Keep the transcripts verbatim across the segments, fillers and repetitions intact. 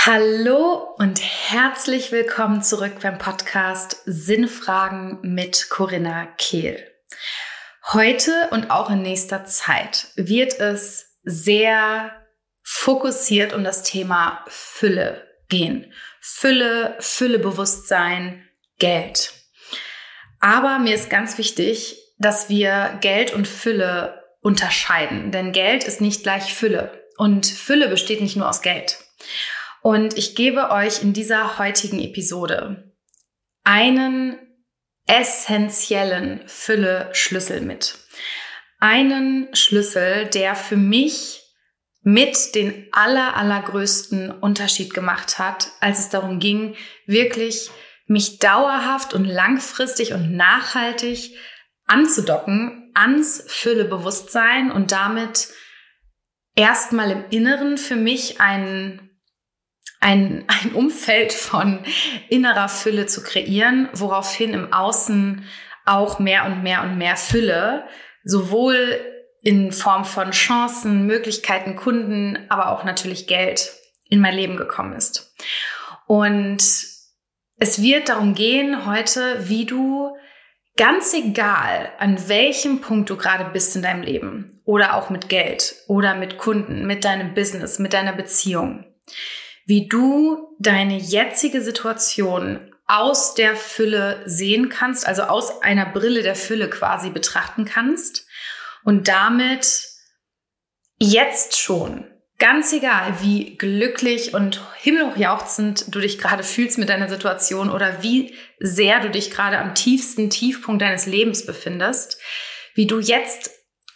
Hallo und herzlich willkommen zurück beim Podcast Sinnfragen mit Corinna Kehl. Heute und auch in nächster Zeit wird es sehr fokussiert um das Thema Fülle gehen. Fülle, Füllebewusstsein, Geld. Aber mir ist ganz wichtig, dass wir Geld und Fülle unterscheiden, denn Geld ist nicht gleich Fülle und Fülle besteht nicht nur aus Geld. Und ich gebe euch in dieser heutigen Episode einen essentiellen Fülle-Schlüssel mit. Einen Schlüssel, der für mich mit den aller, allergrößten Unterschied gemacht hat, als es darum ging, wirklich mich dauerhaft und langfristig und nachhaltig anzudocken ans Füllebewusstsein und damit erstmal im Inneren für mich einen Ein, ein Umfeld von innerer Fülle zu kreieren, woraufhin im Außen auch mehr und mehr und mehr Fülle, sowohl in Form von Chancen, Möglichkeiten, Kunden, aber auch natürlich Geld in mein Leben gekommen ist. Und es wird darum gehen heute, wie du ganz egal, an welchem Punkt du gerade bist in deinem Leben oder auch mit Geld oder mit Kunden, mit deinem Business, mit deiner Beziehung, wie du deine jetzige Situation aus der Fülle sehen kannst, also aus einer Brille der Fülle quasi betrachten kannst und damit jetzt schon, ganz egal wie glücklich und himmelhochjauchzend du dich gerade fühlst mit deiner Situation oder wie sehr du dich gerade am tiefsten Tiefpunkt deines Lebens befindest, wie du jetzt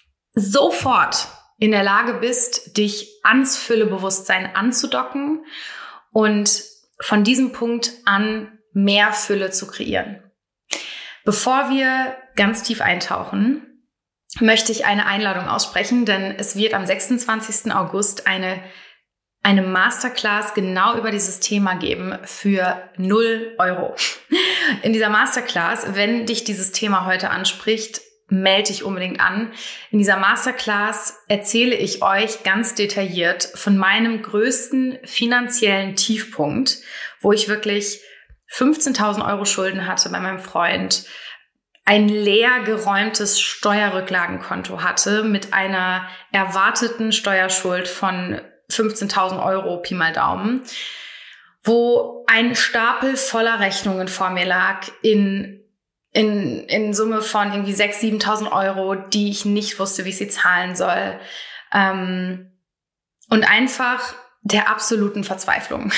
sofort in der Lage bist, dich ans Füllebewusstsein anzudocken und von diesem Punkt an mehr Fülle zu kreieren. Bevor wir ganz tief eintauchen, möchte ich eine Einladung aussprechen, denn es wird am sechsundzwanzigsten August eine, eine Masterclass genau über dieses Thema geben für null Euro. In dieser Masterclass, wenn dich dieses Thema heute anspricht, melde dich unbedingt an. In dieser Masterclass erzähle ich euch ganz detailliert von meinem größten finanziellen Tiefpunkt, wo ich wirklich fünfzehntausend Euro Schulden hatte bei meinem Freund, ein leer geräumtes Steuerrücklagenkonto hatte mit einer erwarteten Steuerschuld von fünfzehntausend Euro Pi mal Daumen, wo ein Stapel voller Rechnungen vor mir lag in In, in Summe von irgendwie sechstausend, siebentausend Euro, die ich nicht wusste, wie ich sie zahlen soll. Ähm, und einfach der absoluten Verzweiflung.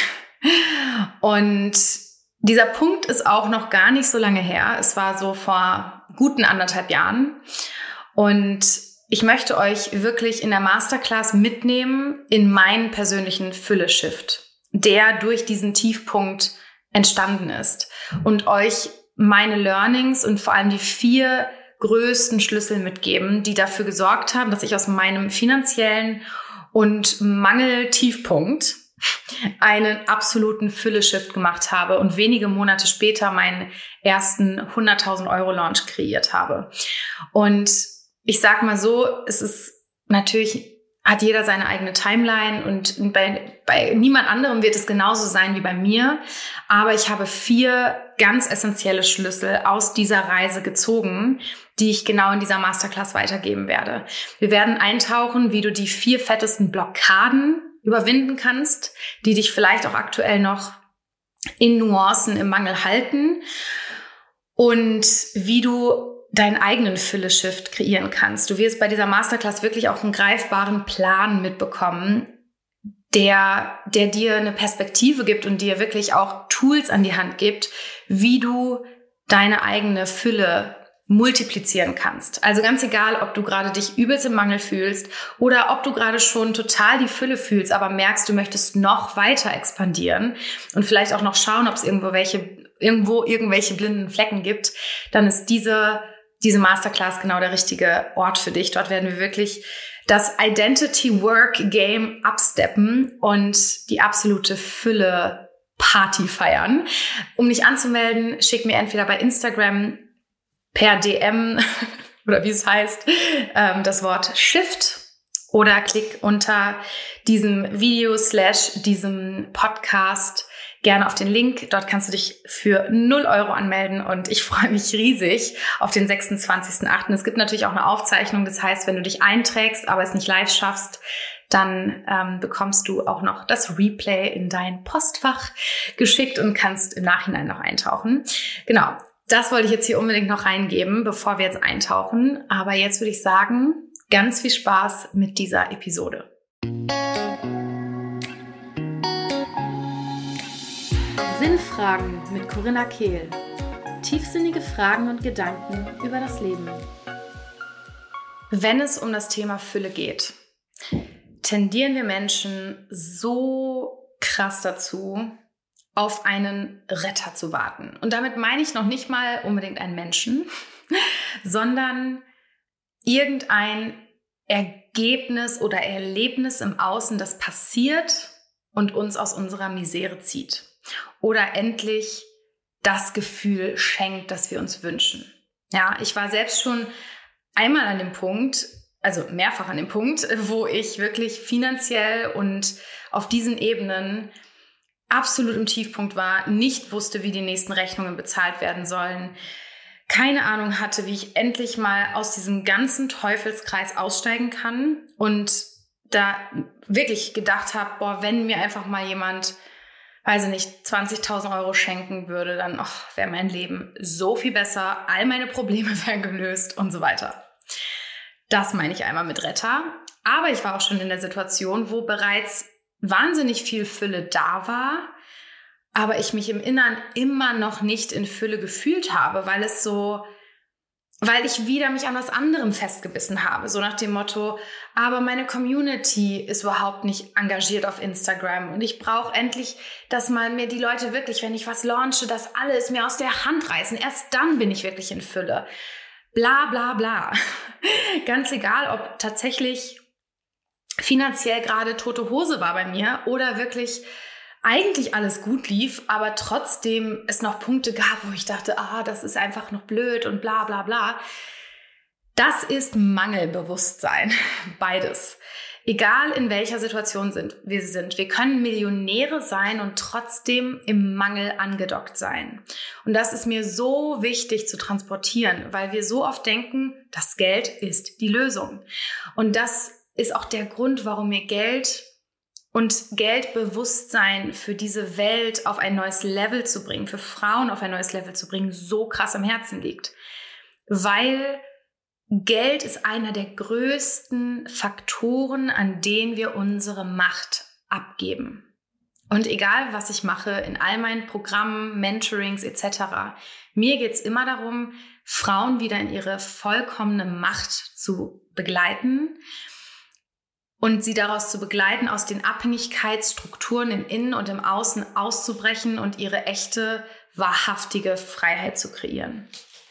Und dieser Punkt ist auch noch gar nicht so lange her. Es war so vor guten anderthalb Jahren. Und ich möchte euch wirklich in der Masterclass mitnehmen in meinen persönlichen Fülle-Shift, der durch diesen Tiefpunkt entstanden ist. Und euch meine Learnings und vor allem die vier größten Schlüssel mitgeben, die dafür gesorgt haben, dass ich aus meinem finanziellen und Mangel-Tiefpunkt einen absoluten Fülle-Shift gemacht habe und wenige Monate später meinen ersten hunderttausend Euro Launch kreiert habe. Und ich sag mal so, es ist natürlich, hat jeder seine eigene Timeline und bei, bei niemand anderem wird es genauso sein wie bei mir. Aber ich habe vier ganz essentielle Schlüssel aus dieser Reise gezogen, die ich genau in dieser Masterclass weitergeben werde. Wir werden eintauchen, wie du die vier fettesten Blockaden überwinden kannst, die dich vielleicht auch aktuell noch in Nuancen im Mangel halten und wie du deinen eigenen Fülle-Shift kreieren kannst. Du wirst bei dieser Masterclass wirklich auch einen greifbaren Plan mitbekommen, der, der dir eine Perspektive gibt und dir wirklich auch Tools an die Hand gibt, wie du deine eigene Fülle multiplizieren kannst. Also ganz egal, ob du gerade dich übelst im Mangel fühlst oder ob du gerade schon total die Fülle fühlst, aber merkst, du möchtest noch weiter expandieren und vielleicht auch noch schauen, ob es irgendwo welche, irgendwo irgendwelche blinden Flecken gibt, dann ist diese diese Masterclass genau der richtige Ort für dich. Dort werden wir wirklich das Identity Work Game absteppen und die absolute Fülle Party feiern. Um dich anzumelden, schick mir entweder bei Instagram per D M oder wie es heißt, das Wort Shift oder klick unter diesem Video slash diesem Podcast gerne auf den Link. Dort kannst du dich für null Euro anmelden und ich freue mich riesig auf den sechsundzwanzigsten achten Es gibt natürlich auch eine Aufzeichnung. Das heißt, wenn du dich einträgst, aber es nicht live schaffst, dann ähm, bekommst du auch noch das Replay in dein Postfach geschickt und kannst im Nachhinein noch eintauchen. Genau, das wollte ich jetzt hier unbedingt noch reingeben, bevor wir jetzt eintauchen. Aber jetzt würde ich sagen, ganz viel Spaß mit dieser Episode. Sinnfragen mit Corinna Kehl. Tiefsinnige Fragen und Gedanken über das Leben. Wenn es um das Thema Fülle geht, tendieren wir Menschen so krass dazu, auf einen Retter zu warten. Und damit meine ich noch nicht mal unbedingt einen Menschen, sondern irgendein Ergebnis oder Erlebnis im Außen, das passiert und uns aus unserer Misere zieht. Oder endlich das Gefühl schenkt, das wir uns wünschen. Ja, ich war selbst schon einmal an dem Punkt, also mehrfach an dem Punkt, wo ich wirklich finanziell und auf diesen Ebenen absolut im Tiefpunkt war, nicht wusste, wie die nächsten Rechnungen bezahlt werden sollen, keine Ahnung hatte, wie ich endlich mal aus diesem ganzen Teufelskreis aussteigen kann und da wirklich gedacht habe, boah, wenn mir einfach mal jemand, weiß ich nicht, zwanzigtausend Euro schenken würde, dann wäre mein Leben so viel besser, all meine Probleme wären gelöst und so weiter. Das meine ich einmal mit Retter. Aber ich war auch schon in der Situation, wo bereits wahnsinnig viel Fülle da war, aber ich mich im Inneren immer noch nicht in Fülle gefühlt habe, weil es so, weil ich wieder mich an was anderem festgebissen habe. So nach dem Motto, aber meine Community ist überhaupt nicht engagiert auf Instagram und ich brauche endlich, dass mal mir die Leute wirklich, wenn ich was launche, das alles mir aus der Hand reißen. Erst dann bin ich wirklich in Fülle. Bla bla bla. Ganz egal, ob tatsächlich finanziell gerade tote Hose war bei mir oder wirklich eigentlich alles gut lief, aber trotzdem es noch Punkte gab, wo ich dachte, ah, das ist einfach noch blöd und bla bla bla. Das ist Mangelbewusstsein, beides. Egal in welcher Situation sind, wir sind. Wir können Millionäre sein und trotzdem im Mangel angedockt sein. Und das ist mir so wichtig zu transportieren, weil wir so oft denken, das Geld ist die Lösung. Und das ist auch der Grund, warum mir Geld und Geldbewusstsein für diese Welt auf ein neues Level zu bringen, für Frauen auf ein neues Level zu bringen, so krass am Herzen liegt. Weil Geld ist einer der größten Faktoren, an denen wir unsere Macht abgeben. Und egal, was ich mache, in all meinen Programmen, Mentorings et cetera, mir geht es immer darum, Frauen wieder in ihre vollkommene Macht zu begleiten und sie daraus zu begleiten, aus den Abhängigkeitsstrukturen im Innen und im Außen auszubrechen und ihre echte, wahrhaftige Freiheit zu kreieren.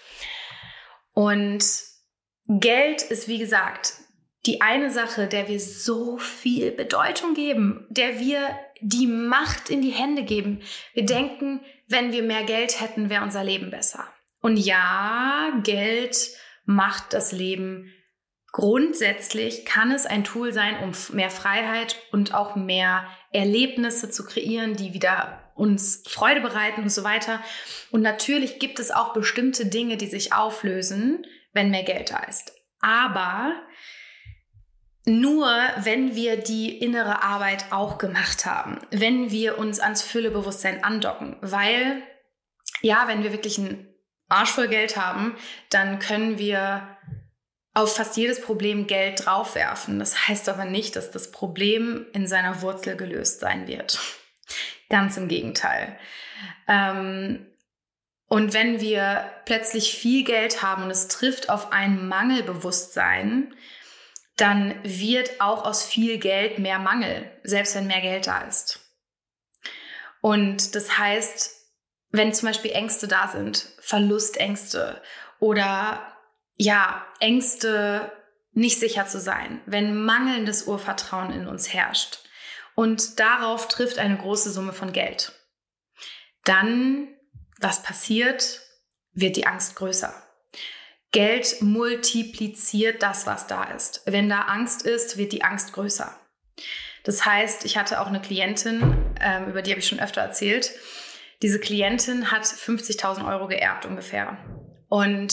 Und Geld ist, wie gesagt, die eine Sache, der wir so viel Bedeutung geben, der wir die Macht in die Hände geben. Wir denken, wenn wir mehr Geld hätten, wäre unser Leben besser. Und ja, Geld macht das Leben. Grundsätzlich kann es ein Tool sein, um mehr Freiheit und auch mehr Erlebnisse zu kreieren, die wieder uns Freude bereiten und so weiter. Und natürlich gibt es auch bestimmte Dinge, die sich auflösen, wenn mehr Geld da ist. Aber nur, wenn wir die innere Arbeit auch gemacht haben, wenn wir uns ans Füllebewusstsein andocken. Weil, ja, wenn wir wirklich einen Arsch voll Geld haben, dann können wir auf fast jedes Problem Geld draufwerfen. Das heißt aber nicht, dass das Problem in seiner Wurzel gelöst sein wird. Ganz im Gegenteil. Ähm, und wenn wir plötzlich viel Geld haben und es trifft auf ein Mangelbewusstsein, dann wird auch aus viel Geld mehr Mangel, selbst wenn mehr Geld da ist. Und das heißt, wenn zum Beispiel Ängste da sind, Verlustängste oder ja, Ängste, nicht sicher zu sein, wenn mangelndes Urvertrauen in uns herrscht und darauf trifft eine große Summe von Geld, dann, was passiert, wird die Angst größer. Geld multipliziert das, was da ist. Wenn da Angst ist, wird die Angst größer. Das heißt, ich hatte auch eine Klientin, ähm, über die habe ich schon öfter erzählt. Diese Klientin hat fünfzigtausend Euro geerbt ungefähr. Und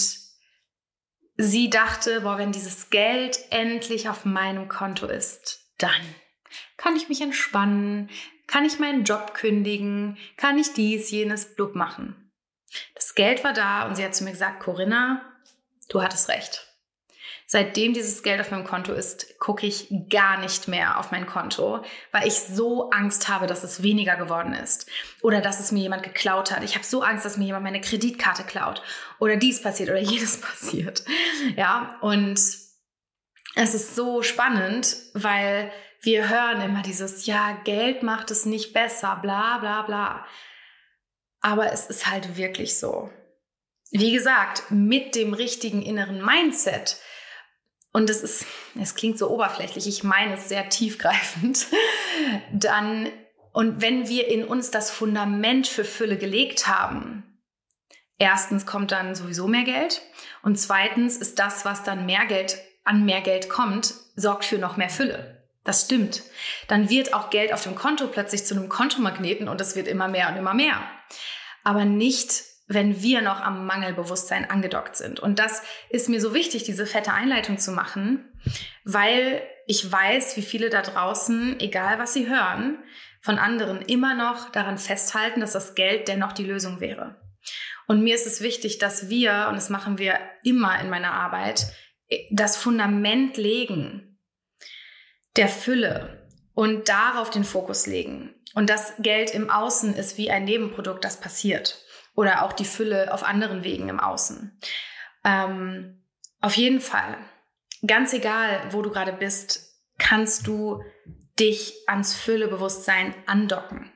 sie dachte, boah, wenn dieses Geld endlich auf meinem Konto ist, dann kann ich mich entspannen, kann ich meinen Job kündigen, kann ich dies, jenes, blub machen. Das Geld war da und sie hat zu mir gesagt, Corinna, du hattest recht. Seitdem dieses Geld auf meinem Konto ist, gucke ich gar nicht mehr auf mein Konto, weil ich so Angst habe, dass es weniger geworden ist oder dass es mir jemand geklaut hat. Ich habe so Angst, dass mir jemand meine Kreditkarte klaut oder dies passiert oder jenes passiert. Ja, und es ist so spannend, weil wir hören immer dieses, ja, Geld macht es nicht besser, bla bla bla. Aber es ist halt wirklich so. Wie gesagt, mit dem richtigen inneren Mindset. Und es ist, es klingt so oberflächlich, ich meine es sehr tiefgreifend, dann, und wenn wir in uns das Fundament für Fülle gelegt haben, erstens kommt dann sowieso mehr Geld und zweitens ist das, was dann mehr Geld, an mehr Geld kommt, sorgt für noch mehr Fülle. Das stimmt. Dann wird auch Geld auf dem Konto plötzlich zu einem Kontomagneten und es wird immer mehr und immer mehr. Aber nicht, wenn wir noch am Mangelbewusstsein angedockt sind. Und das ist mir so wichtig, diese fette Einleitung zu machen, weil ich weiß, wie viele da draußen, egal was sie hören, von anderen immer noch daran festhalten, dass das Geld dennoch die Lösung wäre. Und mir ist es wichtig, dass wir, und das machen wir immer in meiner Arbeit, das Fundament legen der Fülle und darauf den Fokus legen. Und das Geld im Außen ist wie ein Nebenprodukt, das passiert. Oder auch die Fülle auf anderen Wegen im Außen. Ähm, auf jeden Fall, ganz egal, wo du gerade bist, kannst du dich ans Füllebewusstsein andocken.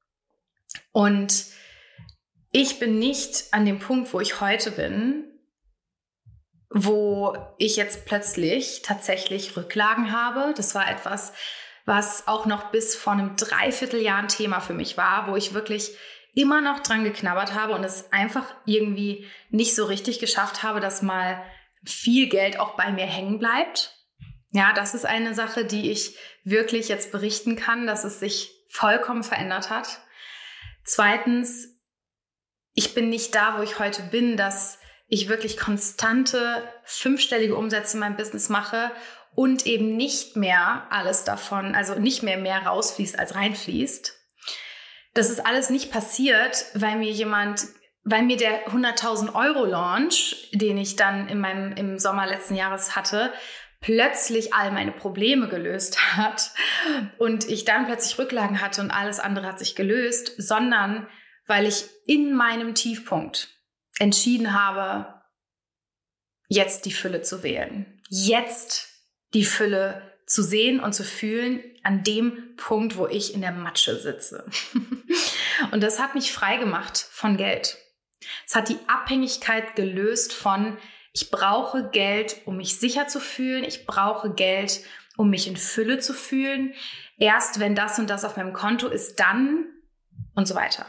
Und ich bin nicht an dem Punkt, wo ich heute bin, wo ich jetzt plötzlich tatsächlich Rücklagen habe. Das war etwas, was auch noch bis vor einem Dreivierteljahr ein Thema für mich war, wo ich wirklich immer noch dran geknabbert habe und es einfach irgendwie nicht so richtig geschafft habe, dass mal viel Geld auch bei mir hängen bleibt. Ja, das ist eine Sache, die ich wirklich jetzt berichten kann, dass es sich vollkommen verändert hat. Zweitens, ich bin nicht da, wo ich heute bin, dass ich wirklich konstante fünfstellige Umsätze in meinem Business mache und eben nicht mehr alles davon, also nicht mehr mehr rausfließt als reinfließt. Das ist alles nicht passiert, weil mir jemand, weil mir der hunderttausend Euro Launch, den ich dann in meinem, im Sommer letzten Jahres hatte, plötzlich all meine Probleme gelöst hat und ich dann plötzlich Rücklagen hatte und alles andere hat sich gelöst, sondern weil ich in meinem Tiefpunkt entschieden habe, jetzt die Fülle zu wählen. Jetzt die Fülle zu sehen und zu fühlen an dem Punkt, wo ich in der Matsche sitze. Und das hat mich frei gemacht von Geld. Es hat die Abhängigkeit gelöst von, ich brauche Geld, um mich sicher zu fühlen. Ich brauche Geld, um mich in Fülle zu fühlen. Erst wenn das und das auf meinem Konto ist, dann und so weiter.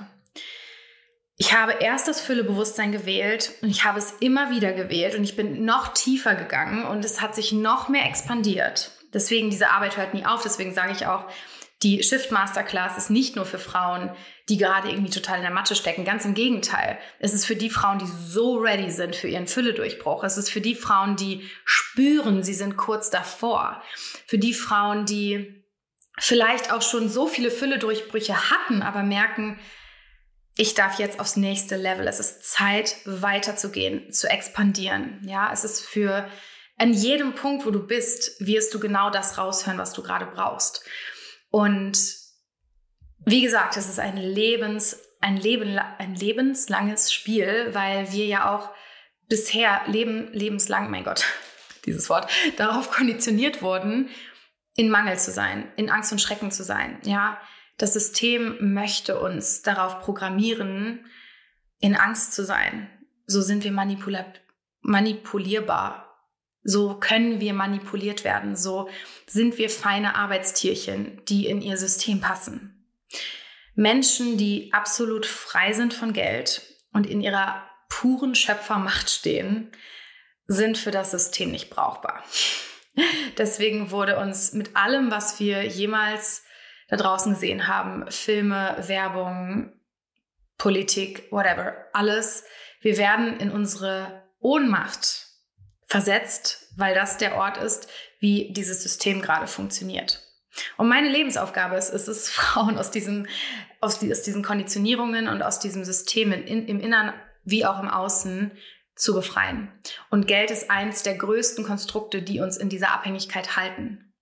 Ich habe erst das Füllebewusstsein gewählt und ich habe es immer wieder gewählt und ich bin noch tiefer gegangen und es hat sich noch mehr expandiert. Deswegen, diese Arbeit hört nie auf. Deswegen sage ich auch, die Shift Masterclass ist nicht nur für Frauen, die gerade irgendwie total in der Matsche stecken. Ganz im Gegenteil. Es ist für die Frauen, die so ready sind für ihren Fülledurchbruch. Es ist für die Frauen, die spüren, sie sind kurz davor. Für die Frauen, die vielleicht auch schon so viele Fülledurchbrüche hatten, aber merken, ich darf jetzt aufs nächste Level. Es ist Zeit, weiterzugehen, zu expandieren. Ja, es ist für, an jedem Punkt, wo du bist, wirst du genau das raushören, was du gerade brauchst. Und wie gesagt, es ist ein Lebens, ein Leben, ein lebenslanges Spiel, weil wir ja auch bisher leben, lebenslang, mein Gott, dieses Wort, darauf konditioniert wurden, in Mangel zu sein, in Angst und Schrecken zu sein. Ja, das System möchte uns darauf programmieren, in Angst zu sein. So sind wir manipula- manipulierbar. So können wir manipuliert werden. So sind wir feine Arbeitstierchen, die in ihr System passen. Menschen, die absolut frei sind von Geld und in ihrer puren Schöpfermacht stehen, sind für das System nicht brauchbar. Deswegen wurde uns mit allem, was wir jemals da draußen gesehen haben, Filme, Werbung, Politik, whatever, alles, wir werden in unsere Ohnmacht versetzt, weil das der Ort ist, wie dieses System gerade funktioniert. Und meine Lebensaufgabe ist, ist es, Frauen aus diesen, aus, die, aus diesen Konditionierungen und aus diesem System in, im Innern wie auch im Außen zu befreien. Und Geld ist eins der größten Konstrukte, die uns in dieser Abhängigkeit halten.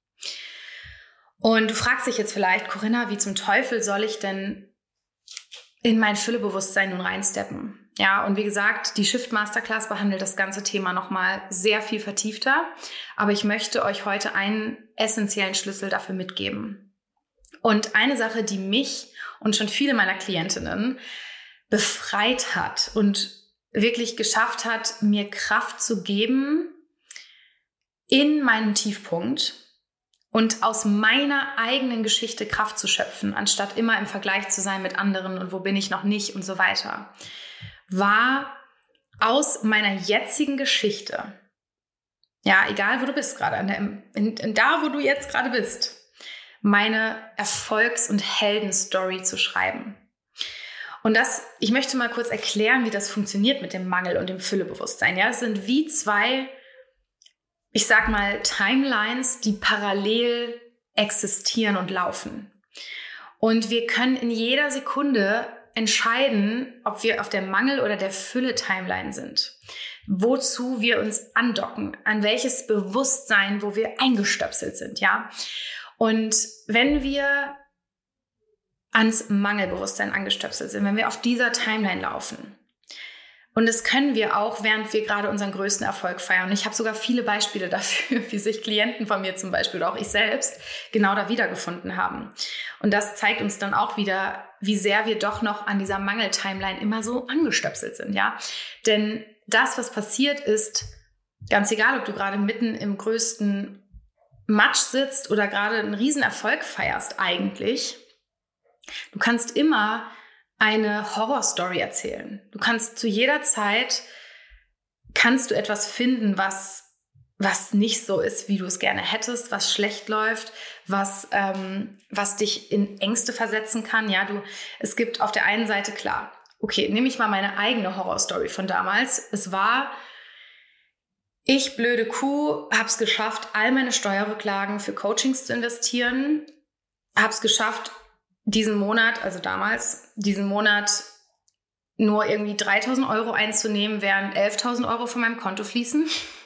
Und du fragst dich jetzt vielleicht, Corinna, wie zum Teufel soll ich denn in mein Füllebewusstsein nun reinsteppen? Ja, und wie gesagt, die Shift Masterclass behandelt das ganze Thema nochmal sehr viel vertiefter. Aber ich möchte euch heute einen essentiellen Schlüssel dafür mitgeben. Und eine Sache, die mich und schon viele meiner Klientinnen befreit hat und wirklich geschafft hat, mir Kraft zu geben in meinem Tiefpunkt und aus meiner eigenen Geschichte Kraft zu schöpfen, anstatt immer im Vergleich zu sein mit anderen und wo bin ich noch nicht und so weiter, war aus meiner jetzigen Geschichte, ja, egal wo du bist gerade, in, in, in da, wo du jetzt gerade bist, meine Erfolgs- und Heldenstory zu schreiben. Und das, ich möchte mal kurz erklären, wie das funktioniert mit dem Mangel und dem Füllebewusstsein. Ja, es sind wie zwei, ich sag mal, Timelines, die parallel existieren und laufen. Und wir können in jeder Sekunde entscheiden, ob wir auf der Mangel- oder der Fülle-Timeline sind. Wozu wir uns andocken, an welches Bewusstsein, wo wir eingestöpselt sind, ja. Und wenn wir ans Mangelbewusstsein angestöpselt sind, wenn wir auf dieser Timeline laufen. Und das können wir auch, während wir gerade unseren größten Erfolg feiern. Und ich habe sogar viele Beispiele dafür, wie sich Klienten von mir zum Beispiel oder auch ich selbst genau da wiedergefunden haben. Und das zeigt uns dann auch wieder, wie sehr wir doch noch an dieser Mangel-Timeline immer so angestöpselt sind, ja. Denn das, was passiert ist, ganz egal, ob du gerade mitten im größten Matsch sitzt oder gerade einen Riesenerfolg feierst eigentlich, du kannst immer eine Horrorstory erzählen. Du kannst zu jeder Zeit, kannst du etwas finden, was, was nicht so ist, wie du es gerne hättest, was schlecht läuft, was, ähm, was dich in Ängste versetzen kann. Ja, du, es gibt auf der einen Seite, klar, okay, nehme ich mal meine eigene Horrorstory von damals. Es war, ich, blöde Kuh, habe es geschafft, all meine Steuerrücklagen für Coachings zu investieren, habe es geschafft, diesen Monat, also damals, diesen Monat nur irgendwie dreitausend Euro einzunehmen, während elftausend Euro von meinem Konto fließen.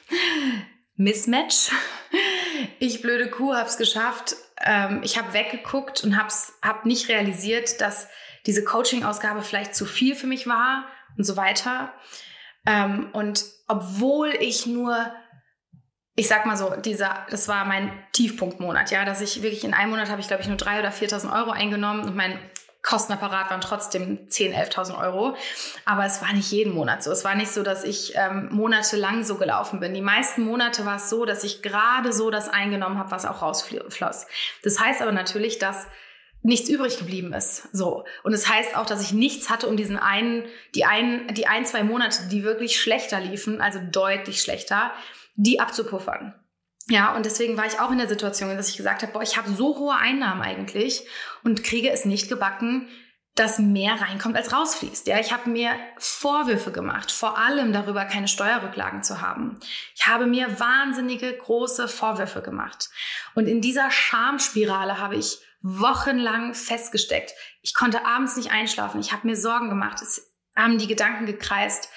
Mismatch. Ich, blöde Kuh, habe es geschafft. Ähm, ich habe weggeguckt und habe hab nicht realisiert, dass diese Coaching-Ausgabe vielleicht zu viel für mich war und so weiter. Ähm, und obwohl ich nur Ich sag mal so, dieser, das war mein Tiefpunktmonat, ja, dass ich wirklich in einem Monat habe ich, glaube ich, nur dreitausend oder viertausend Euro eingenommen und mein Kostenapparat waren trotzdem zehntausend, elftausend Euro. Aber es war nicht jeden Monat so. Es war nicht so, dass ich ähm, monatelang so gelaufen bin. Die meisten Monate war es so, dass ich gerade so das eingenommen habe, was auch rausfloss. Das heißt aber natürlich, dass nichts übrig geblieben ist. So. Und es das heißt auch, dass ich nichts hatte, um diesen einen, die ein, die ein, zwei Monate, die wirklich schlechter liefen, also deutlich schlechter, die abzupuffern. Ja, und deswegen war ich auch in der Situation, dass ich gesagt habe, boah, ich habe so hohe Einnahmen eigentlich und kriege es nicht gebacken, dass mehr reinkommt, als rausfließt. Ja, ich habe mir Vorwürfe gemacht, vor allem darüber, keine Steuerrücklagen zu haben. Ich habe mir wahnsinnige große Vorwürfe gemacht. Und in dieser Schamspirale habe ich wochenlang festgesteckt. Ich konnte abends nicht einschlafen. Ich habe mir Sorgen gemacht. Es haben die Gedanken gekreist.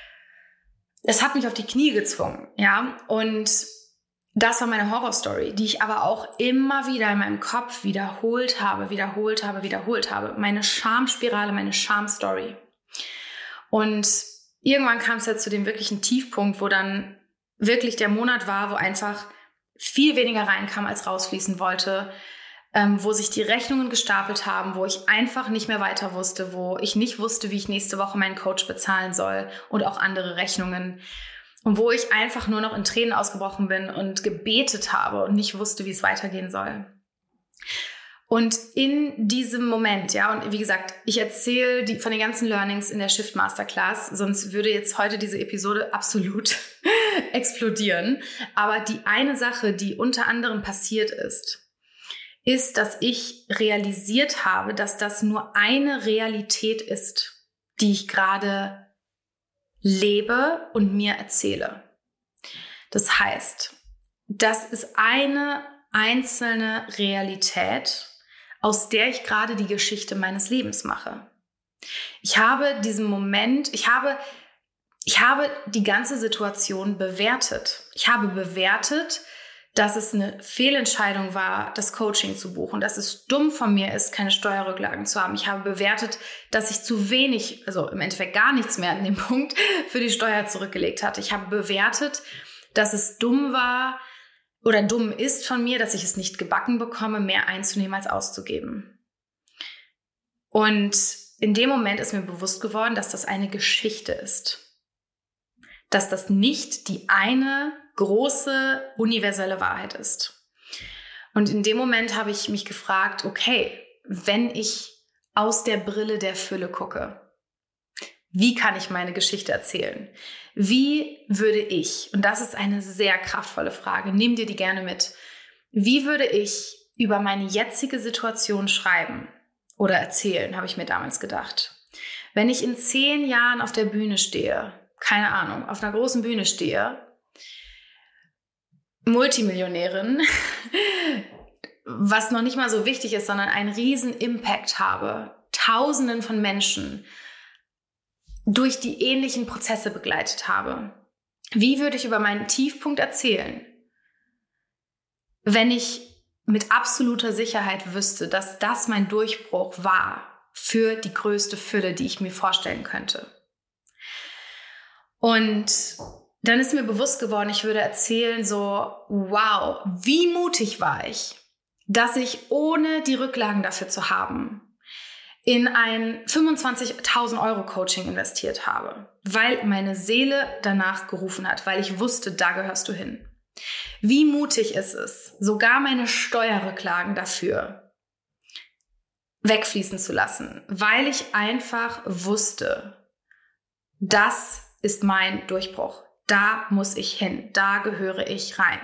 Es hat mich auf die Knie gezwungen, ja, und das war meine Horrorstory, die ich aber auch immer wieder in meinem Kopf wiederholt habe, wiederholt habe, wiederholt habe. Meine Schamspirale, meine Schamstory. Und irgendwann kam es ja zu dem wirklichen Tiefpunkt, wo dann wirklich der Monat war, wo einfach viel weniger reinkam, als rausfließen wollte, ähm, wo sich die Rechnungen gestapelt haben, wo ich einfach nicht mehr weiter wusste, wo ich nicht wusste, wie ich nächste Woche meinen Coach bezahlen soll und auch andere Rechnungen. Und wo ich einfach nur noch in Tränen ausgebrochen bin und gebetet habe und nicht wusste, wie es weitergehen soll. Und in diesem Moment, ja, und wie gesagt, ich erzähle die, von den ganzen Learnings in der Shift Masterclass, sonst würde jetzt heute diese Episode absolut explodieren. Aber die eine Sache, die unter anderem passiert ist, ist, dass ich realisiert habe, dass das nur eine Realität ist, die ich gerade lebe und mir erzähle. Das heißt, das ist eine einzelne Realität, aus der ich gerade die Geschichte meines Lebens mache. Ich habe diesen Moment, ich habe, ich habe die ganze Situation bewertet. Ich habe bewertet, dass es eine Fehlentscheidung war, das Coaching zu buchen, dass es dumm von mir ist, keine Steuerrücklagen zu haben. Ich habe bewertet, dass ich zu wenig, also im Endeffekt gar nichts mehr an dem Punkt für die Steuer zurückgelegt hatte. Ich habe bewertet, dass es dumm war oder dumm ist von mir, dass ich es nicht gebacken bekomme, mehr einzunehmen als auszugeben. Und in dem Moment ist mir bewusst geworden, dass das eine Geschichte ist. Dass das nicht die eine große, universelle Wahrheit ist. Und in dem Moment habe ich mich gefragt, okay, wenn ich aus der Brille der Fülle gucke, wie kann ich meine Geschichte erzählen? Wie würde ich, und das ist eine sehr kraftvolle Frage, nimm dir die gerne mit, wie würde ich über meine jetzige Situation schreiben oder erzählen, habe ich mir damals gedacht. Wenn ich in zehn Jahren auf der Bühne stehe, keine Ahnung, auf einer großen Bühne stehe, Multimillionärin, was noch nicht mal so wichtig ist, sondern einen riesen Impact habe, Tausenden von Menschen durch die ähnlichen Prozesse begleitet habe. Wie würde ich über meinen Tiefpunkt erzählen, wenn ich mit absoluter Sicherheit wüsste, dass das mein Durchbruch war für die größte Fülle, die ich mir vorstellen könnte? Und dann ist mir bewusst geworden, ich würde erzählen so, wow, wie mutig war ich, dass ich ohne die Rücklagen dafür zu haben, in ein fünfundzwanzigtausend Euro Coaching investiert habe, weil meine Seele danach gerufen hat, weil ich wusste, da gehörst du hin. Wie mutig ist es, sogar meine Steuerrücklagen dafür wegfließen zu lassen, weil ich einfach wusste, das ist mein Durchbruch. Da muss ich hin, da gehöre ich rein.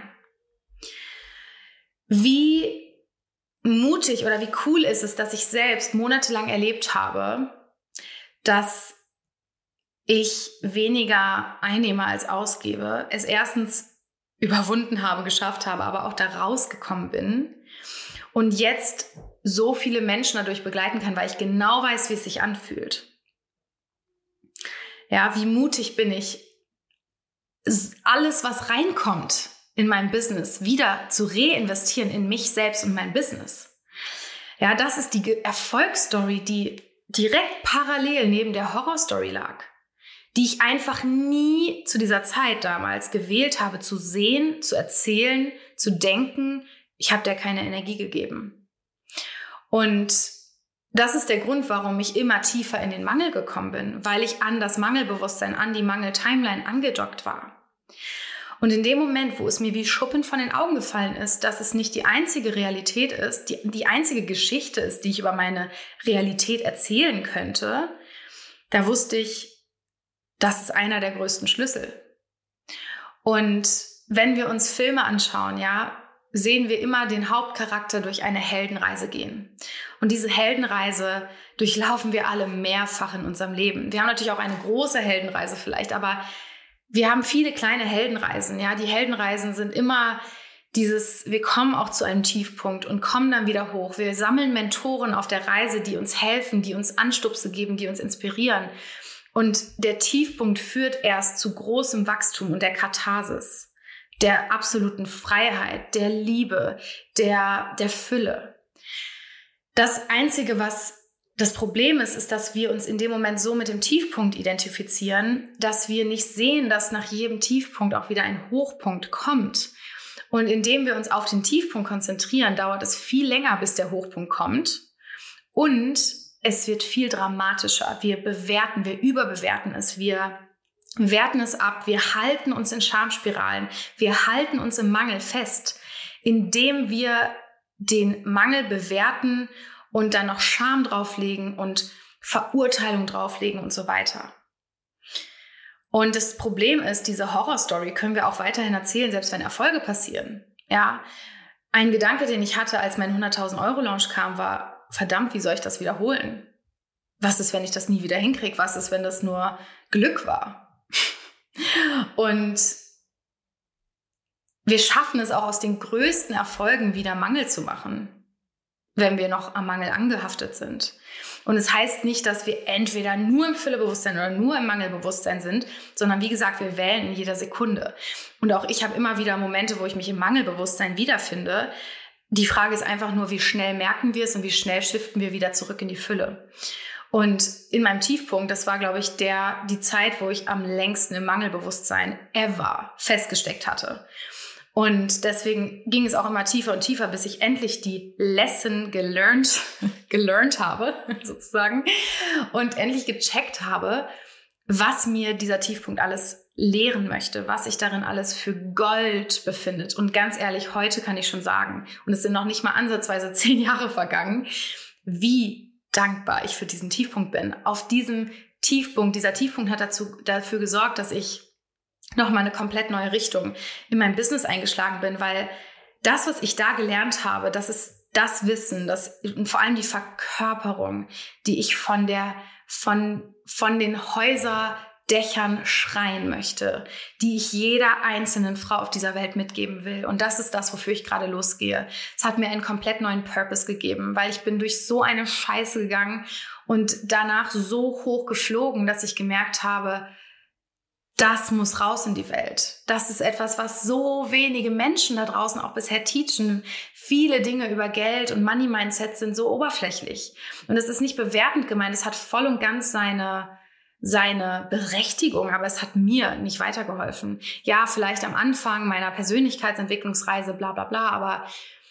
Wie mutig oder wie cool ist es, dass ich selbst monatelang erlebt habe, dass ich weniger einnehme als ausgebe, es erstens überwunden habe, geschafft habe, aber auch da rausgekommen bin und jetzt so viele Menschen dadurch begleiten kann, weil ich genau weiß, wie es sich anfühlt. Ja, wie mutig bin ich, alles, was reinkommt in mein Business, wieder zu reinvestieren in mich selbst und mein Business. Ja, das ist die Erfolgsstory, die direkt parallel neben der Horrorstory lag, die ich einfach nie zu dieser Zeit damals gewählt habe, zu sehen, zu erzählen, zu denken. Ich habe der keine Energie gegeben. Und das ist der Grund, warum ich immer tiefer in den Mangel gekommen bin, weil ich an das Mangelbewusstsein, an die Mangel-Timeline angedockt war. Und in dem Moment, wo es mir wie Schuppen von den Augen gefallen ist, dass es nicht die einzige Realität ist, die, die einzige Geschichte ist, die ich über meine Realität erzählen könnte, da wusste ich, das ist einer der größten Schlüssel. Und wenn wir uns Filme anschauen, ja, sehen wir immer den Hauptcharakter durch eine Heldenreise gehen. Und diese Heldenreise durchlaufen wir alle mehrfach in unserem Leben. Wir haben natürlich auch eine große Heldenreise vielleicht, aber wir haben viele kleine Heldenreisen. Ja, die Heldenreisen sind immer dieses, wir kommen auch zu einem Tiefpunkt und kommen dann wieder hoch. Wir sammeln Mentoren auf der Reise, die uns helfen, die uns Anstupse geben, die uns inspirieren. Und der Tiefpunkt führt erst zu großem Wachstum und der Katharsis, der absoluten Freiheit, der Liebe, der, der Fülle. Das Einzige, was das Problem ist, ist, dass wir uns in dem Moment so mit dem Tiefpunkt identifizieren, dass wir nicht sehen, dass nach jedem Tiefpunkt auch wieder ein Hochpunkt kommt. Und indem wir uns auf den Tiefpunkt konzentrieren, dauert es viel länger, bis der Hochpunkt kommt. Und es wird viel dramatischer. Wir bewerten, wir überbewerten es, wir werten es ab, wir halten uns in Schamspiralen, wir halten uns im Mangel fest, indem wir den Mangel bewerten und dann noch Scham drauflegen und Verurteilung drauflegen und so weiter. Und das Problem ist, diese Horrorstory können wir auch weiterhin erzählen, selbst wenn Erfolge passieren. Ja, ein Gedanke, den ich hatte, als mein hunderttausend Euro Launch kam, war, verdammt, wie soll ich das wiederholen? Was ist, wenn ich das nie wieder hinkriege? Was ist, wenn das nur Glück war? Und wir schaffen es auch aus den größten Erfolgen wieder Mangel zu machen, wenn wir noch am Mangel angehaftet sind. Und es heißt nicht, dass wir entweder nur im Füllebewusstsein oder nur im Mangelbewusstsein sind, sondern wie gesagt, wir wählen in jeder Sekunde. Und auch ich habe immer wieder Momente, wo ich mich im Mangelbewusstsein wiederfinde. Die Frage ist einfach nur, wie schnell merken wir es und wie schnell shiften wir wieder zurück in die Fülle. Und in meinem Tiefpunkt, das war, glaube ich, der, die Zeit, wo ich am längsten im Mangelbewusstsein ever festgesteckt hatte. Und deswegen ging es auch immer tiefer und tiefer, bis ich endlich die Lesson gelernt, gelernt habe, sozusagen, und endlich gecheckt habe, was mir dieser Tiefpunkt alles lehren möchte, was sich darin alles für Gold befindet. Und ganz ehrlich, heute kann ich schon sagen, und es sind noch nicht mal ansatzweise zehn Jahre vergangen, wie dankbar ich für diesen Tiefpunkt bin. Auf diesem Tiefpunkt, dieser Tiefpunkt hat dazu, dafür gesorgt, dass ich nochmal eine komplett neue Richtung in meinem Business eingeschlagen bin, weil das, was ich da gelernt habe, das ist das Wissen, das, und vor allem die Verkörperung, die ich von der, von, von den Häuserdächern schreien möchte, die ich jeder einzelnen Frau auf dieser Welt mitgeben will. Und das ist das, wofür ich gerade losgehe. Es hat mir einen komplett neuen Purpose gegeben, weil ich bin durch so eine Scheiße gegangen und danach so hoch geflogen, dass ich gemerkt habe, das muss raus in die Welt. Das ist etwas, was so wenige Menschen da draußen auch bisher teachen. Viele Dinge über Geld und Money-Mindset sind so oberflächlich. Und es ist nicht bewertend gemeint. Es hat voll und ganz seine, seine Berechtigung, aber es hat mir nicht weitergeholfen. Ja, vielleicht am Anfang meiner Persönlichkeitsentwicklungsreise, bla, bla, bla, aber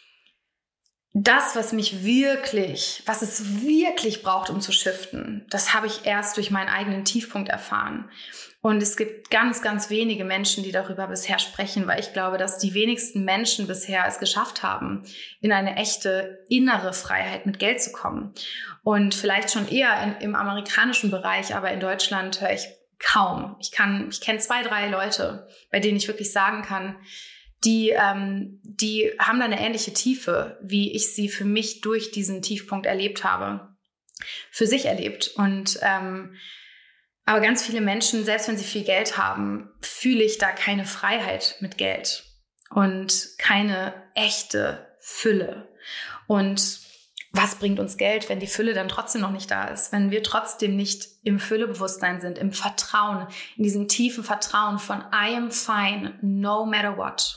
das, was mich wirklich, was es wirklich braucht, um zu shiften, das habe ich erst durch meinen eigenen Tiefpunkt erfahren. Und es gibt ganz, ganz wenige Menschen, die darüber bisher sprechen, weil ich glaube, dass die wenigsten Menschen bisher es geschafft haben, in eine echte innere Freiheit mit Geld zu kommen. Und vielleicht schon eher in, im amerikanischen Bereich, aber in Deutschland höre ich kaum. Ich kann, ich kenne zwei, drei Leute, bei denen ich wirklich sagen kann, die, ähm, die haben da eine ähnliche Tiefe, wie ich sie für mich durch diesen Tiefpunkt erlebt habe, für sich erlebt. Und ähm, aber ganz viele Menschen, selbst wenn sie viel Geld haben, fühle ich da keine Freiheit mit Geld und keine echte Fülle. Und was bringt uns Geld, wenn die Fülle dann trotzdem noch nicht da ist? Wenn wir trotzdem nicht im Füllebewusstsein sind, im Vertrauen, in diesem tiefen Vertrauen von I am fine, no matter what.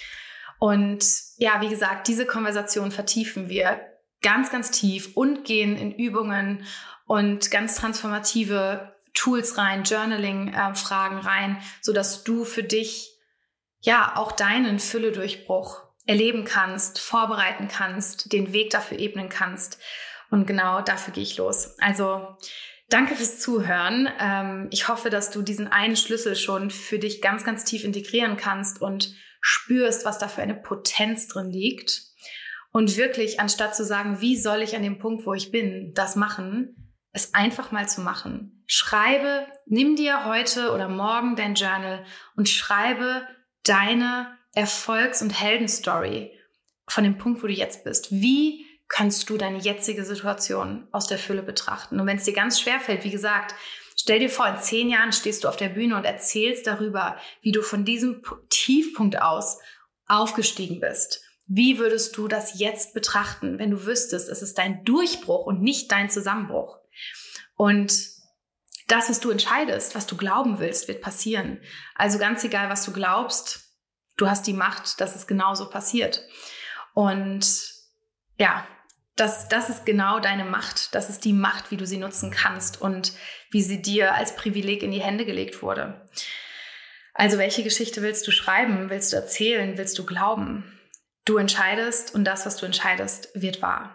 Und ja, wie gesagt, diese Konversation vertiefen wir ganz, ganz tief und gehen in Übungen und ganz transformative Tools rein, Journaling-Fragen äh, rein, so dass du für dich ja auch deinen Fülledurchbruch erleben kannst, vorbereiten kannst, den Weg dafür ebnen kannst. Und genau dafür gehe ich los. Also danke fürs Zuhören. Ähm, ich hoffe, dass du diesen einen Schlüssel schon für dich ganz, ganz tief integrieren kannst und spürst, was da für eine Potenz drin liegt. Und wirklich, anstatt zu sagen, wie soll ich an dem Punkt, wo ich bin, das machen, es einfach mal zu machen. Schreibe, nimm dir heute oder morgen dein Journal und schreibe deine Erfolgs- und Heldenstory von dem Punkt, wo du jetzt bist. Wie kannst du deine jetzige Situation aus der Fülle betrachten? Und wenn es dir ganz schwer fällt, wie gesagt, stell dir vor, in zehn Jahren stehst du auf der Bühne und erzählst darüber, wie du von diesem Tiefpunkt aus aufgestiegen bist. Wie würdest du das jetzt betrachten, wenn du wüsstest, es ist dein Durchbruch und nicht dein Zusammenbruch? Und das, was du entscheidest, was du glauben willst, wird passieren. Also ganz egal, was du glaubst, du hast die Macht, dass es genauso passiert. Und ja, das, das ist genau deine Macht. Das ist die Macht, wie du sie nutzen kannst und wie sie dir als Privileg in die Hände gelegt wurde. Also welche Geschichte willst du schreiben? Willst du erzählen? Willst du glauben? Du entscheidest und das, was du entscheidest, wird wahr.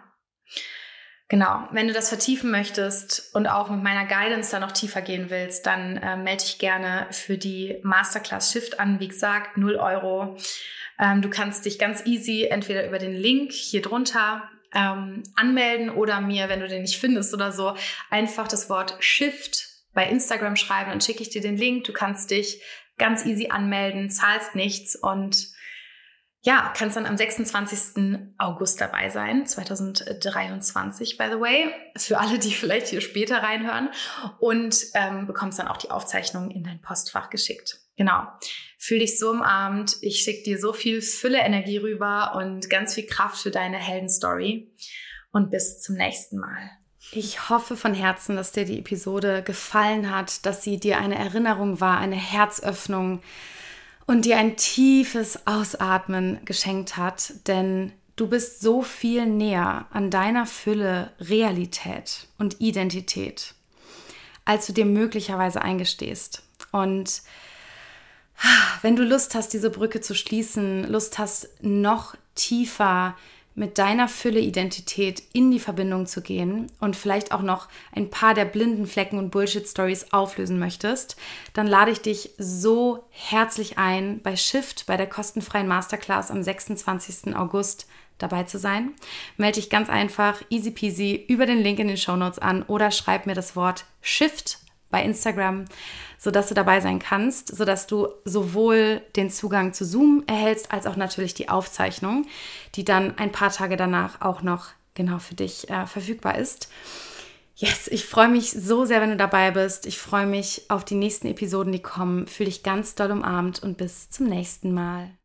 Genau, wenn du das vertiefen möchtest und auch mit meiner Guidance da noch tiefer gehen willst, dann äh, melde dich gerne für die Masterclass Shift an. Wie gesagt, null Euro. Ähm, du kannst dich ganz easy entweder über den Link hier drunter ähm, anmelden oder mir, wenn du den nicht findest oder so, einfach das Wort Shift bei Instagram schreiben, dann schicke ich dir den Link. Du kannst dich ganz easy anmelden, zahlst nichts und ja, kannst dann am sechsundzwanzigsten August dabei sein, zweitausenddreiundzwanzig, by the way, für alle, die vielleicht hier später reinhören und ähm, bekommst dann auch die Aufzeichnung in dein Postfach geschickt. Genau, fühl dich so umarmt, ich schicke dir so viel Fülle Energie rüber und ganz viel Kraft für deine Heldenstory und bis zum nächsten Mal. Ich hoffe von Herzen, dass dir die Episode gefallen hat, dass sie dir eine Erinnerung war, eine Herzöffnung und dir ein tiefes Ausatmen geschenkt hat, denn du bist so viel näher an deiner Fülle Realität und Identität, als du dir möglicherweise eingestehst. Und wenn du Lust hast, diese Brücke zu schließen, Lust hast, noch tiefer mit deiner Fülle-Identität in die Verbindung zu gehen und vielleicht auch noch ein paar der blinden Flecken und Bullshit-Stories auflösen möchtest, dann lade ich dich so herzlich ein, bei Shift, bei der kostenfreien Masterclass am sechsundzwanzigsten August dabei zu sein. Melde dich ganz einfach, easy peasy, über den Link in den Shownotes an oder schreib mir das Wort Shift bei Instagram, sodass du dabei sein kannst, sodass du sowohl den Zugang zu Zoom erhältst, als auch natürlich die Aufzeichnung, die dann ein paar Tage danach auch noch genau für dich äh, verfügbar ist. Yes, ich freue mich so sehr, wenn du dabei bist. Ich freue mich auf die nächsten Episoden, die kommen. Fühle dich ganz doll umarmt und bis zum nächsten Mal.